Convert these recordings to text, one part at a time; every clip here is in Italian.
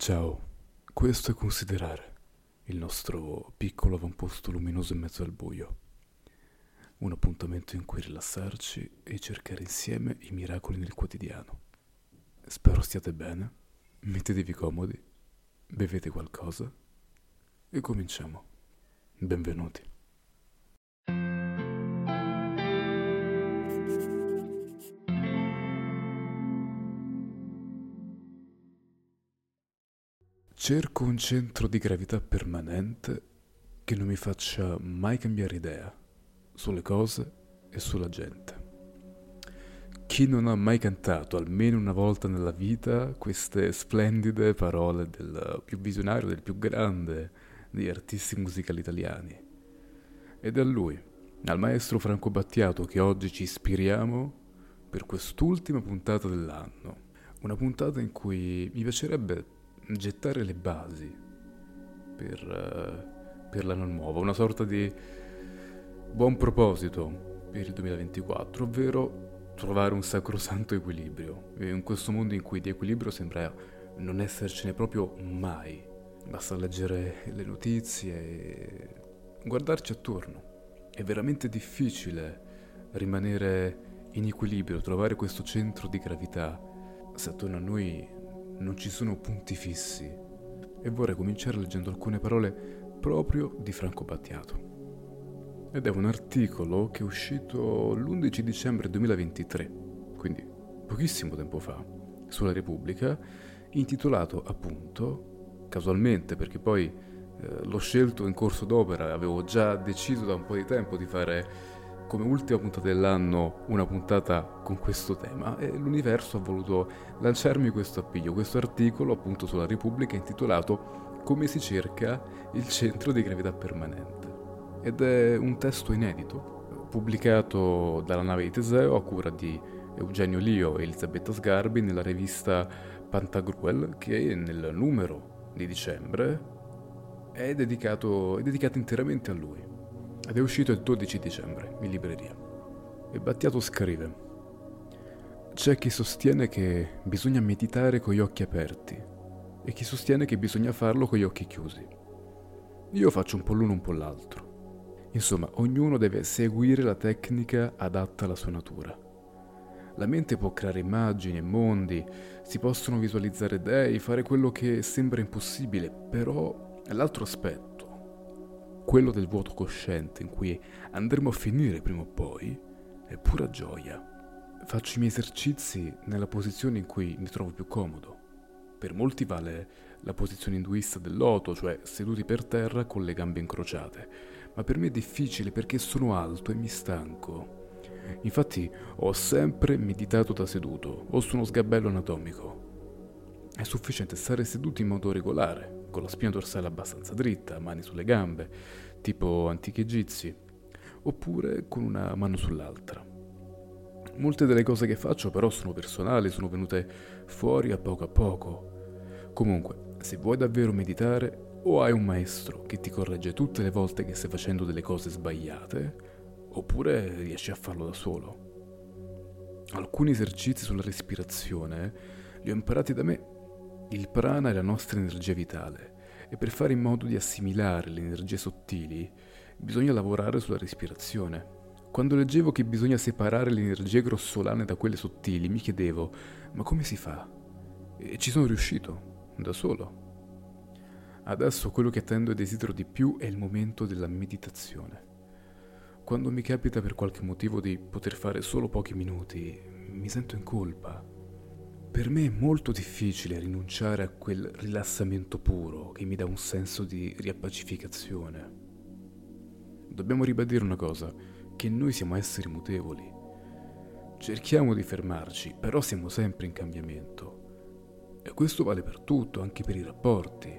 Ciao, questo è Considerare, il nostro piccolo avamposto luminoso in mezzo al buio. Un appuntamento in cui rilassarci e cercare insieme i miracoli nel quotidiano. Spero stiate bene, mettetevi comodi, bevete qualcosa e cominciamo. Benvenuti. Cerco un centro di gravità permanente che non mi faccia mai cambiare idea sulle cose e sulla gente. Chi non ha mai cantato almeno una volta nella vita queste splendide parole del più visionario, del più grande degli artisti musicali italiani? Ed è a lui, al maestro Franco Battiato, che oggi ci ispiriamo per quest'ultima puntata dell'anno. Una puntata in cui mi piacerebbe gettare le basi per l'anno nuovo, una sorta di buon proposito per il 2024, ovvero trovare un sacrosanto equilibrio. E in questo mondo in cui di equilibrio sembra non essercene proprio mai. Basta leggere le notizie e guardarci attorno. È veramente difficile rimanere in equilibrio, trovare questo centro di gravità se attorno a noi non ci sono punti fissi. E vorrei cominciare leggendo alcune parole proprio di Franco Battiato. Ed è un articolo che è uscito l'11 dicembre 2023, quindi pochissimo tempo fa, sulla Repubblica, intitolato appunto, casualmente perché poi l'ho scelto in corso d'opera, avevo già deciso da un po' di tempo di fare come ultima puntata dell'anno una puntata con questo tema, e l'universo ha voluto lanciarmi questo appiglio, questo articolo appunto sulla Repubblica intitolato Come si cerca il centro di gravità permanente. Ed è un testo inedito, pubblicato dalla nave di Teseo a cura di Eugenio Lio e Elisabetta Sgarbi nella rivista Pantagruel, che nel numero di dicembre è dedicato interamente a lui. Ed è uscito il 12 dicembre in libreria. E Battiato scrive: c'è chi sostiene che bisogna meditare con gli occhi aperti e chi sostiene che bisogna farlo con gli occhi chiusi. Io faccio un po' l'uno un po' l'altro. Insomma, ognuno deve seguire la tecnica adatta alla sua natura. La mente può creare immagini e mondi, si possono visualizzare dei, fare quello che sembra impossibile, però l'altro aspetto, quello del vuoto cosciente in cui andremo a finire prima o poi, è pura gioia. Faccio i miei esercizi nella posizione in cui mi trovo più comodo. Per molti vale la posizione induista del loto, cioè seduti per terra con le gambe incrociate, ma per me è difficile perché sono alto e mi stanco. Infatti ho sempre meditato da seduto o su uno sgabello anatomico. È sufficiente stare seduti in modo regolare, con la spina dorsale abbastanza dritta, mani sulle gambe, tipo antichi egizi, oppure con una mano sull'altra. Molte delle cose che faccio però sono personali, sono venute fuori a poco. Comunque, se vuoi davvero meditare, o hai un maestro che ti corregge tutte le volte che stai facendo delle cose sbagliate, oppure riesci a farlo da solo. Alcuni esercizi sulla respirazione li ho imparati da me. Il prana è la nostra energia vitale e per fare in modo di assimilare le energie sottili bisogna lavorare sulla respirazione. Quando leggevo che bisogna separare le energie grossolane da quelle sottili mi chiedevo: ma come si fa? E ci sono riuscito, da solo. Adesso quello che attendo e desidero di più è il momento della meditazione. Quando mi capita per qualche motivo di poter fare solo pochi minuti, mi sento in colpa. Per me è molto difficile rinunciare a quel rilassamento puro che mi dà un senso di riappacificazione. Dobbiamo ribadire una cosa, che noi siamo esseri mutevoli. Cerchiamo di fermarci, però siamo sempre in cambiamento. E questo vale per tutto, anche per i rapporti.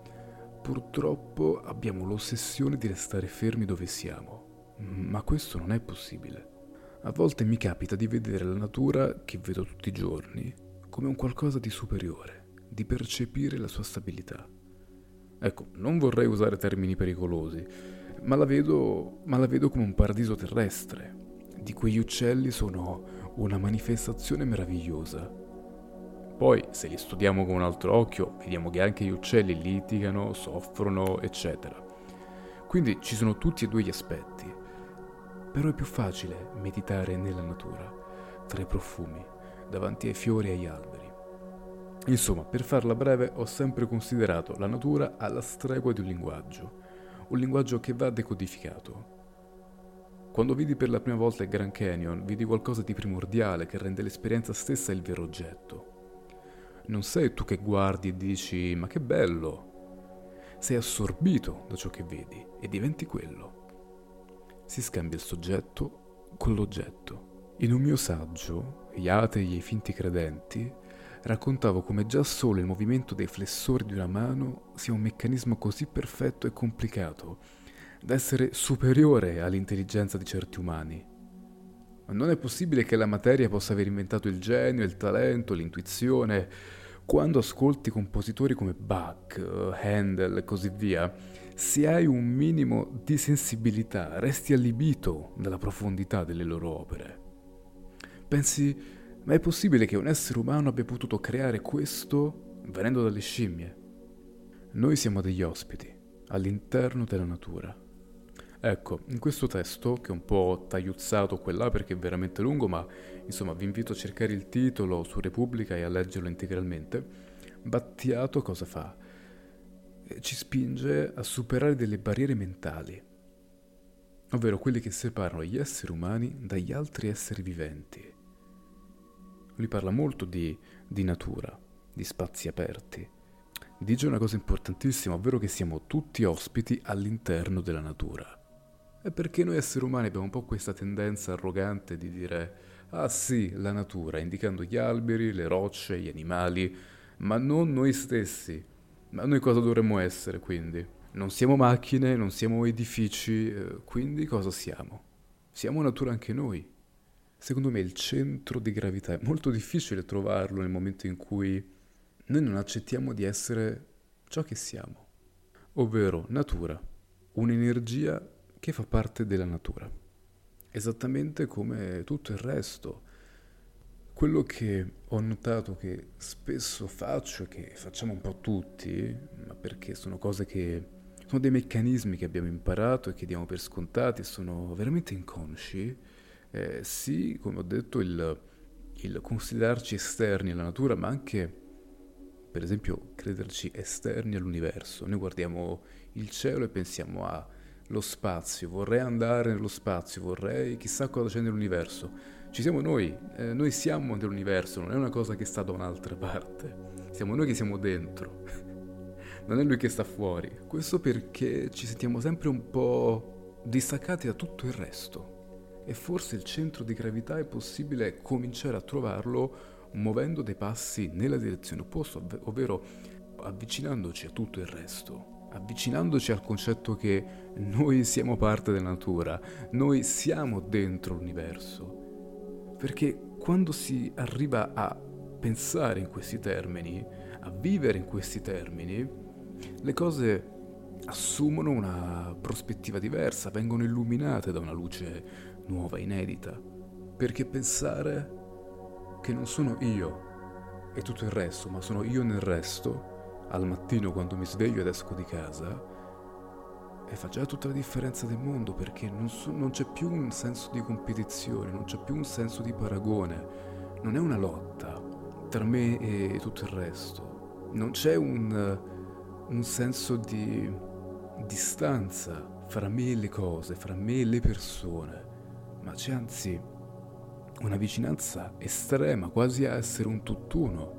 Purtroppo abbiamo l'ossessione di restare fermi dove siamo. Ma questo non è possibile. A volte mi capita di vedere la natura, che vedo tutti i giorni, come un qualcosa di superiore, di percepire la sua stabilità. Ecco, non vorrei usare termini pericolosi, ma la vedo come un paradiso terrestre, di cui gli uccelli sono una manifestazione meravigliosa. Poi, se li studiamo con un altro occhio, vediamo che anche gli uccelli litigano, soffrono, eccetera. Quindi ci sono tutti e due gli aspetti. Però è più facile meditare nella natura, tra i profumi, davanti ai fiori e agli alberi. Insomma, per farla breve, ho sempre considerato la natura alla stregua di un linguaggio che va decodificato. Quando vidi per la prima volta il Grand Canyon, vidi qualcosa di primordiale che rende l'esperienza stessa il vero oggetto. Non sei tu che guardi e dici "ma che bello". Sei assorbito da ciò che vedi e diventi quello. Si scambia il soggetto con l'oggetto. In un mio saggio, Gli atei e i finti credenti, raccontavo come già solo il movimento dei flessori di una mano sia un meccanismo così perfetto e complicato da essere superiore all'intelligenza di certi umani. Ma non è possibile che la materia possa aver inventato il genio, il talento, l'intuizione. Quando ascolti compositori come Bach, Handel e così via, se hai un minimo di sensibilità, resti allibito dalla profondità delle loro opere. Pensi, ma è possibile che un essere umano abbia potuto creare questo venendo dalle scimmie? Noi siamo degli ospiti, all'interno della natura. Ecco, in questo testo, che è un po' tagliuzzato qua e là perché è veramente lungo, ma insomma vi invito a cercare il titolo su Repubblica e a leggerlo integralmente, Battiato cosa fa? Ci spinge a superare delle barriere mentali, ovvero quelle che separano gli esseri umani dagli altri esseri viventi. Lui parla molto di natura, di spazi aperti. Dice una cosa importantissima, ovvero che siamo tutti ospiti all'interno della natura. È perché noi esseri umani abbiamo un po' questa tendenza arrogante di dire "ah sì, la natura", indicando gli alberi, le rocce, gli animali, ma non noi stessi. Ma noi cosa dovremmo essere, quindi? Non siamo macchine, non siamo edifici, quindi cosa siamo? Siamo natura anche noi. Secondo me il centro di gravità è molto difficile trovarlo nel momento in cui noi non accettiamo di essere ciò che siamo, ovvero natura, un'energia che fa parte della natura, esattamente come tutto il resto. Quello che ho notato che spesso faccio e che facciamo un po' tutti, ma perché sono cose che sono dei meccanismi che abbiamo imparato e che diamo per scontati, sono veramente inconsci. Sì, come ho detto, il considerarci esterni alla natura, ma anche, per esempio, crederci esterni all'universo. Noi guardiamo il cielo e pensiamo allo spazio, vorrei andare nello spazio, vorrei chissà cosa c'è nell'universo. Ci siamo noi siamo nell'universo, non è una cosa che sta da un'altra parte. Siamo noi che siamo dentro, non è lui che sta fuori. Questo perché ci sentiamo sempre un po' distaccati da tutto il resto. E forse il centro di gravità è possibile cominciare a trovarlo muovendo dei passi nella direzione opposta, ovvero avvicinandoci a tutto il resto, avvicinandoci al concetto che noi siamo parte della natura, noi siamo dentro l'universo. Perché quando si arriva a pensare in questi termini, a vivere in questi termini, le cose assumono una prospettiva diversa, vengono illuminate da una luce nuova, inedita. Perché pensare che non sono io e tutto il resto, ma sono io nel resto, al mattino quando mi sveglio ed esco di casa, e fa già tutta la differenza del mondo, perché non c'è più un senso di competizione, non c'è più un senso di paragone, non è una lotta tra me e tutto il resto, non c'è un senso di distanza fra me e le cose, fra me e le persone, ma c'è anzi una vicinanza estrema, quasi a essere un tutt'uno.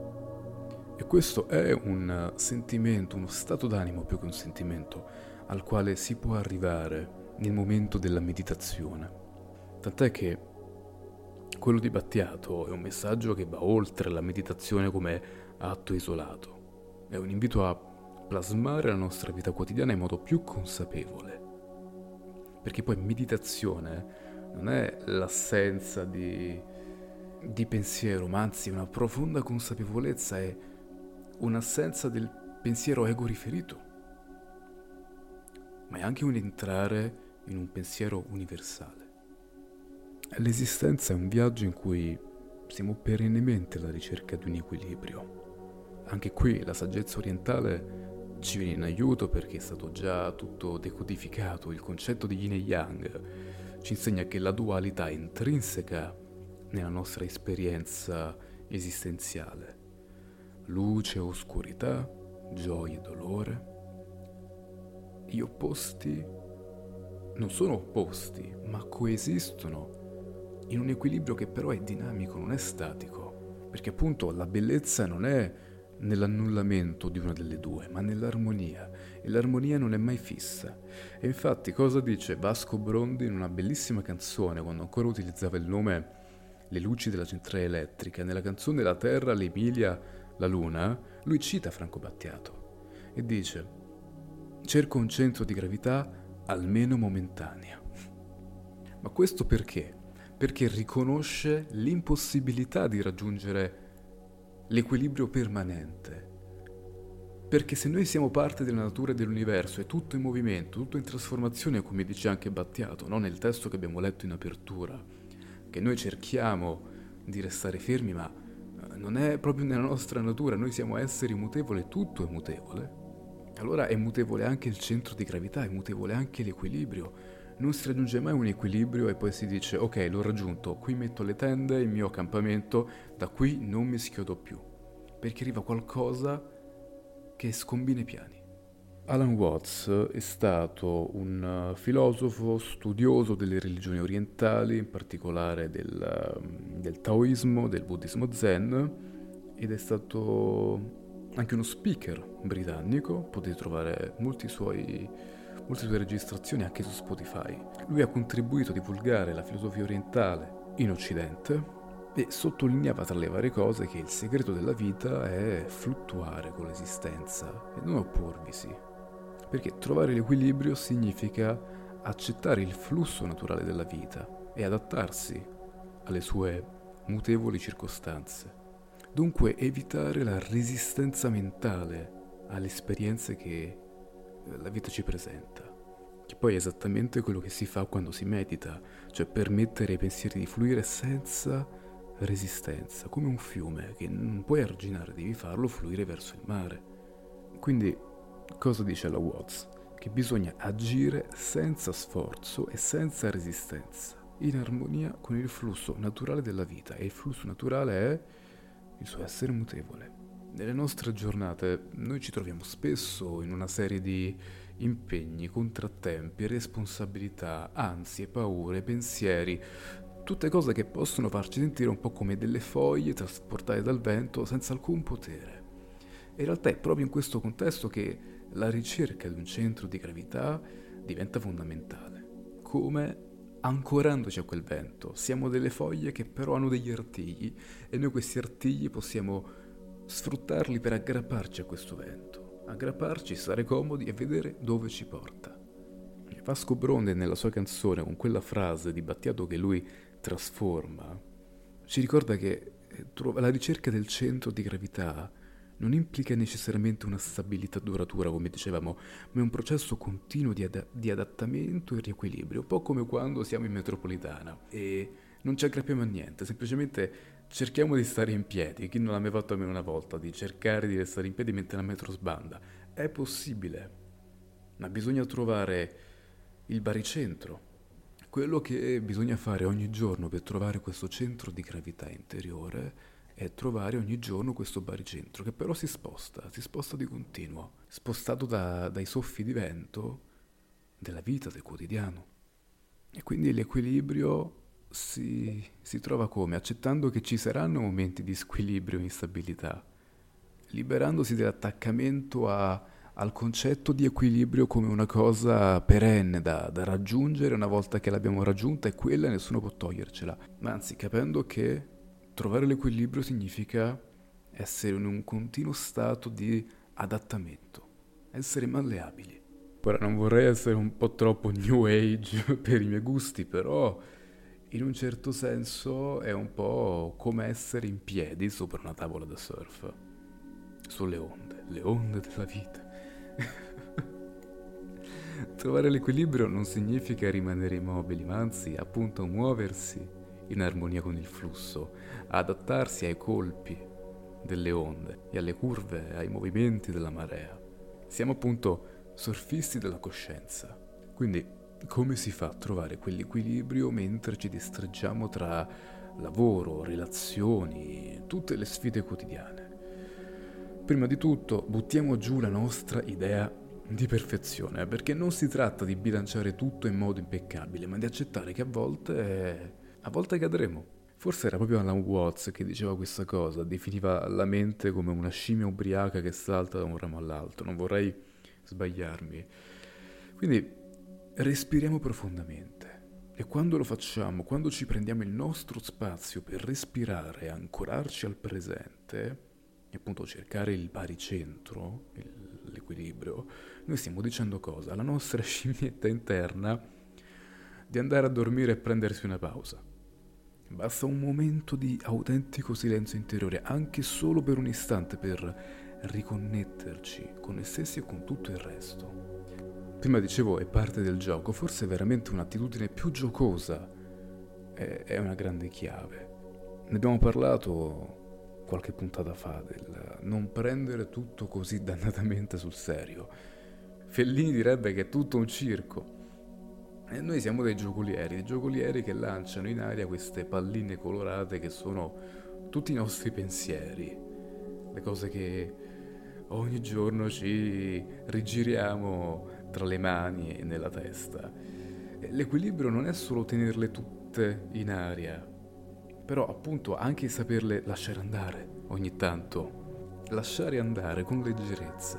E questo è un sentimento, uno stato d'animo più che un sentimento, al quale si può arrivare nel momento della meditazione. Tant'è che quello di Battiato è un messaggio che va oltre la meditazione come atto isolato. È un invito a plasmare la nostra vita quotidiana in modo più consapevole. Perché poi meditazione non è l'assenza di pensiero, ma anzi una profonda consapevolezza è un'assenza del pensiero ego riferito, ma è anche un entrare in un pensiero universale. L'esistenza è un viaggio in cui siamo perennemente alla ricerca di un equilibrio. Anche qui la saggezza orientale ci viene in aiuto perché è stato già tutto decodificato, il concetto di yin e yang ci insegna che la dualità è intrinseca nella nostra esperienza esistenziale. Luce e oscurità, gioia e dolore. Gli opposti non sono opposti, ma coesistono in un equilibrio che però è dinamico, non è statico. Perché appunto la bellezza non è nell'annullamento di una delle due, ma nell'armonia. E l'armonia non è mai fissa. E infatti cosa dice Vasco Brondi in una bellissima canzone, quando ancora utilizzava il nome Le luci della centrale elettrica, nella canzone La Terra, l'Emilia, la Luna, lui cita Franco Battiato e dice: cerco un centro di gravità almeno momentanea. Ma questo perché? Perché riconosce l'impossibilità di raggiungere l'equilibrio permanente. Perché se noi siamo parte della natura e dell'universo, è tutto in movimento, tutto in trasformazione, come dice anche Battiato, no? Nel testo che abbiamo letto in apertura, che noi cerchiamo di restare fermi, ma non è proprio nella nostra natura, noi siamo esseri mutevoli, tutto è mutevole. Allora è mutevole anche il centro di gravità, è mutevole anche l'equilibrio. Non si raggiunge mai un equilibrio e poi si dice: ok, l'ho raggiunto, qui metto le tende, il mio accampamento, da qui non mi schiodo più. Perché arriva qualcosa che scombina i piani. Alan Watts è stato un filosofo studioso delle religioni orientali, in particolare del taoismo, del buddismo zen, ed è stato anche uno speaker britannico. Potete trovare molte sue registrazioni anche su Spotify. Lui ha contribuito a divulgare la filosofia orientale in Occidente e sottolineava tra le varie cose che il segreto della vita è fluttuare con l'esistenza e non opporvisi. Perché trovare l'equilibrio significa accettare il flusso naturale della vita e adattarsi alle sue mutevoli circostanze. Dunque evitare la resistenza mentale alle esperienze che la vita ci presenta. Che poi è esattamente quello che si fa quando si medita, cioè permettere ai pensieri di fluire senza resistenza, come un fiume che non puoi arginare, devi farlo fluire verso il mare. Quindi cosa dice la Watts? Che bisogna agire senza sforzo e senza resistenza, in armonia con il flusso naturale della vita, e il flusso naturale è il suo essere mutevole. Nelle nostre giornate noi ci troviamo spesso in una serie di impegni, contrattempi, responsabilità, ansie, paure, pensieri, tutte cose che possono farci sentire un po' come delle foglie trasportate dal vento senza alcun potere. E in realtà è proprio in questo contesto che la ricerca di un centro di gravità diventa fondamentale. Come ancorandoci a quel vento, siamo delle foglie che però hanno degli artigli e noi questi artigli possiamo sfruttarli per aggrapparci a questo vento, aggrapparci, stare comodi e vedere dove ci porta. Vasco Brondi nella sua canzone, con quella frase di Battiato che lui trasforma, ci ricorda che la ricerca del centro di gravità non implica necessariamente una stabilità duratura, come dicevamo, ma è un processo continuo di adattamento e riequilibrio, un po' come quando siamo in metropolitana e non ci aggrappiamo a niente, semplicemente cerchiamo di stare in piedi. Chi non l'ha mai fatto almeno una volta, di cercare di restare in piedi mentre la metro sbanda? È possibile, ma bisogna trovare il baricentro. Quello che bisogna fare ogni giorno per trovare questo centro di gravità interiore è trovare ogni giorno questo baricentro, che però si sposta di continuo, spostato dai soffi di vento della vita, del quotidiano. E quindi l'equilibrio si trova come? Accettando che ci saranno momenti di squilibrio e instabilità, liberandosi dell'attaccamento al concetto di equilibrio come una cosa perenne da raggiungere. Una volta che l'abbiamo raggiunta è quella e nessuno può togliercela, ma anzi capendo che trovare l'equilibrio significa essere in un continuo stato di adattamento, essere malleabili. Ora non vorrei essere un po' troppo new age per i miei gusti, però in un certo senso è un po' come essere in piedi sopra una tavola da surf, sulle onde, le onde della vita. Trovare l'equilibrio non significa rimanere immobili, ma anzi appunto muoversi in armonia con il flusso, a adattarsi ai colpi delle onde e alle curve, ai movimenti della marea. Siamo appunto surfisti della coscienza. Quindi come si fa a trovare quell'equilibrio mentre ci distreggiamo tra lavoro, relazioni, tutte le sfide quotidiane? Prima di tutto buttiamo giù la nostra idea di perfezione, perché non si tratta di bilanciare tutto in modo impeccabile, ma di accettare che a volte cadremo. Forse era proprio Alan Watts che diceva questa cosa, definiva la mente come una scimmia ubriaca che salta da un ramo all'altro, non vorrei sbagliarmi. Quindi respiriamo profondamente e quando lo facciamo, quando ci prendiamo il nostro spazio per respirare e ancorarci al presente, e appunto cercare il baricentro, l'equilibrio, noi stiamo dicendo cosa? Alla nostra scimmietta interna di andare a dormire e prendersi una pausa. Basta un momento di autentico silenzio interiore, anche solo per un istante, per riconnetterci con noi stessi e con tutto il resto. Prima dicevo, è parte del gioco, forse è veramente un'attitudine più giocosa, è una grande chiave. Ne abbiamo parlato qualche puntata fa del non prendere tutto così dannatamente sul serio. Fellini direbbe che è tutto un circo. E noi siamo dei giocolieri che lanciano in aria queste palline colorate che sono tutti i nostri pensieri, le cose che ogni giorno ci rigiriamo tra le mani e nella testa. L'equilibrio non è solo tenerle tutte in aria, però appunto anche saperle lasciare andare ogni tanto, lasciare andare con leggerezza.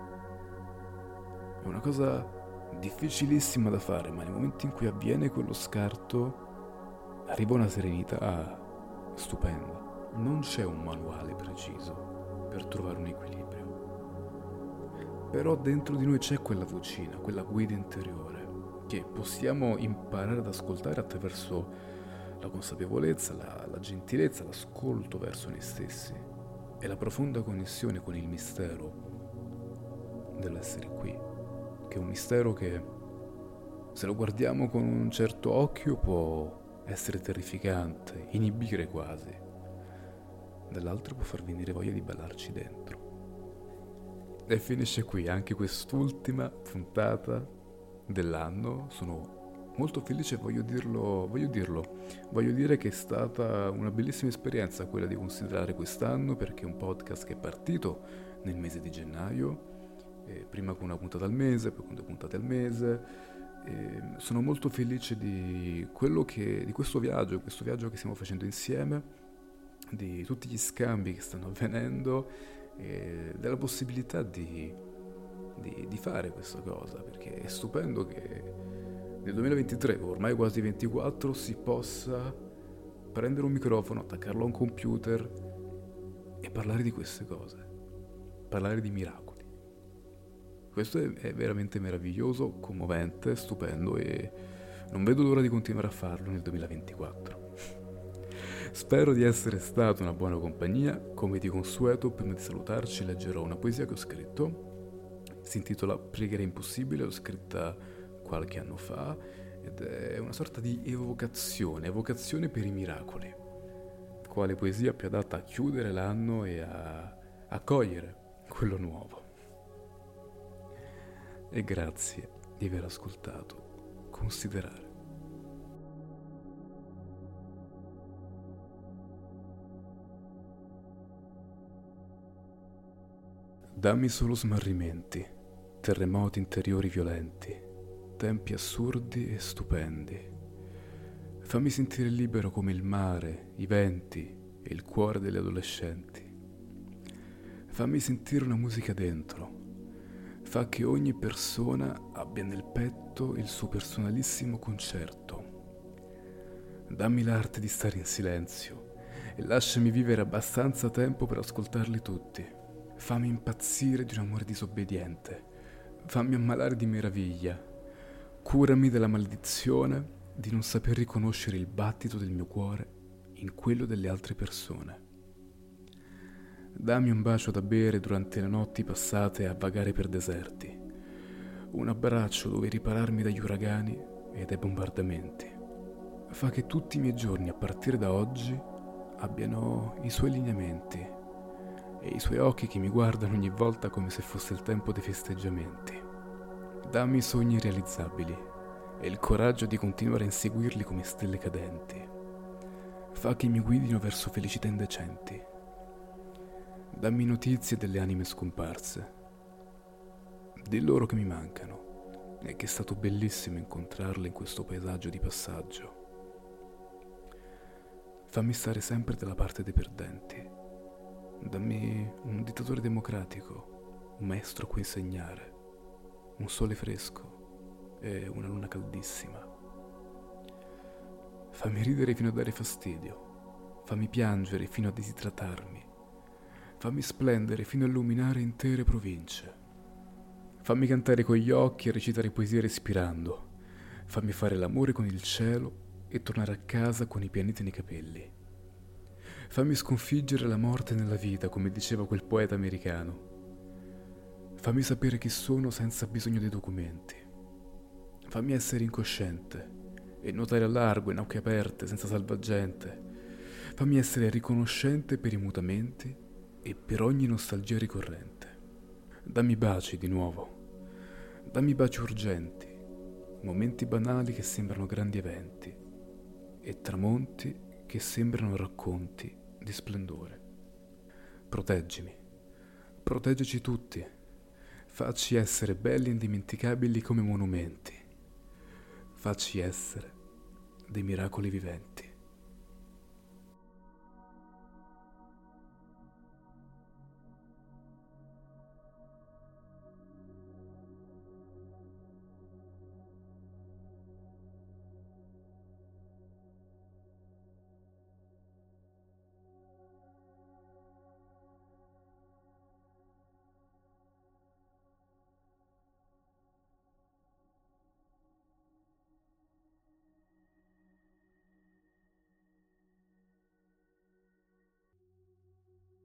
È una cosa difficilissima da fare, ma nel momento in cui avviene quello scarto arriva una serenità stupenda. Non c'è un manuale preciso per trovare un equilibrio, però dentro di noi c'è quella vocina, quella guida interiore che possiamo imparare ad ascoltare attraverso la consapevolezza, la gentilezza, l'ascolto verso noi stessi e la profonda connessione con il mistero dell'essere qui, che è un mistero che, se lo guardiamo con un certo occhio, può essere terrificante, inibire quasi. Dall'altro può far venire voglia di ballarci dentro. E finisce qui anche quest'ultima puntata dell'anno. Sono molto felice, voglio dire che è stata una bellissima esperienza quella di considerare quest'anno, perché è un podcast che è partito nel mese di gennaio, prima con una puntata al mese, poi con 2 puntate al mese. Sono molto felice di questo viaggio che stiamo facendo insieme, di tutti gli scambi che stanno avvenendo e della possibilità di fare questa cosa, perché è stupendo che nel 2023, ormai quasi 24, si possa prendere un microfono, attaccarlo a un computer e parlare di queste cose, parlare di miracoli. Questo è veramente meraviglioso, commovente, stupendo e non vedo l'ora di continuare a farlo nel 2024. Spero di essere stato una buona compagnia. Come di consueto, prima di salutarci leggerò una poesia che ho scritto. Si intitola Preghiera impossibile, l'ho scritta qualche anno fa ed è una sorta di evocazione per i miracoli. Quale poesia più adatta a chiudere l'anno e a accogliere quello nuovo. E grazie di aver ascoltato Considerare. Dammi solo smarrimenti, terremoti interiori violenti, tempi assurdi e stupendi. Fammi sentire libero come il mare, i venti e il cuore delle adolescenti. Fammi sentire una musica dentro. Fa che ogni persona abbia nel petto il suo personalissimo concerto. Dammi l'arte di stare in silenzio e lasciami vivere abbastanza tempo per ascoltarli tutti. Fammi impazzire di un amore disobbediente. Fammi ammalare di meraviglia. Curami della maledizione di non saper riconoscere il battito del mio cuore in quello delle altre persone. Dammi un bacio da bere durante le notti passate a vagare per deserti. Un abbraccio dove ripararmi dagli uragani e dai bombardamenti. Fa che tutti i miei giorni a partire da oggi abbiano i suoi lineamenti e i suoi occhi che mi guardano ogni volta come se fosse il tempo dei festeggiamenti. Dammi sogni realizzabili e il coraggio di continuare a inseguirli come stelle cadenti. Fa che mi guidino verso felicità indecenti. Dammi notizie delle anime scomparse. Di loro che mi mancano e che è stato bellissimo incontrarle in questo paesaggio di passaggio. Fammi stare sempre dalla parte dei perdenti. Dammi un dittatore democratico, un maestro a cui insegnare, un sole fresco e una luna caldissima. Fammi ridere fino a dare fastidio, fammi piangere fino a disidratarmi, fammi splendere fino a illuminare intere province. Fammi cantare con gli occhi e recitare poesie respirando, fammi fare l'amore con il cielo e tornare a casa con i pianeti nei capelli. Fammi sconfiggere la morte nella vita, come diceva quel poeta americano. Fammi sapere chi sono senza bisogno dei documenti. Fammi essere incosciente e nuotare a largo in acque aperte senza salvagente. Fammi essere riconoscente per i mutamenti e per ogni nostalgia ricorrente. Dammi baci di nuovo. Dammi baci urgenti, momenti banali che sembrano grandi eventi e tramonti che sembrano racconti di splendore. Proteggimi, proteggici tutti, facci essere belli e indimenticabili come monumenti, facci essere dei miracoli viventi.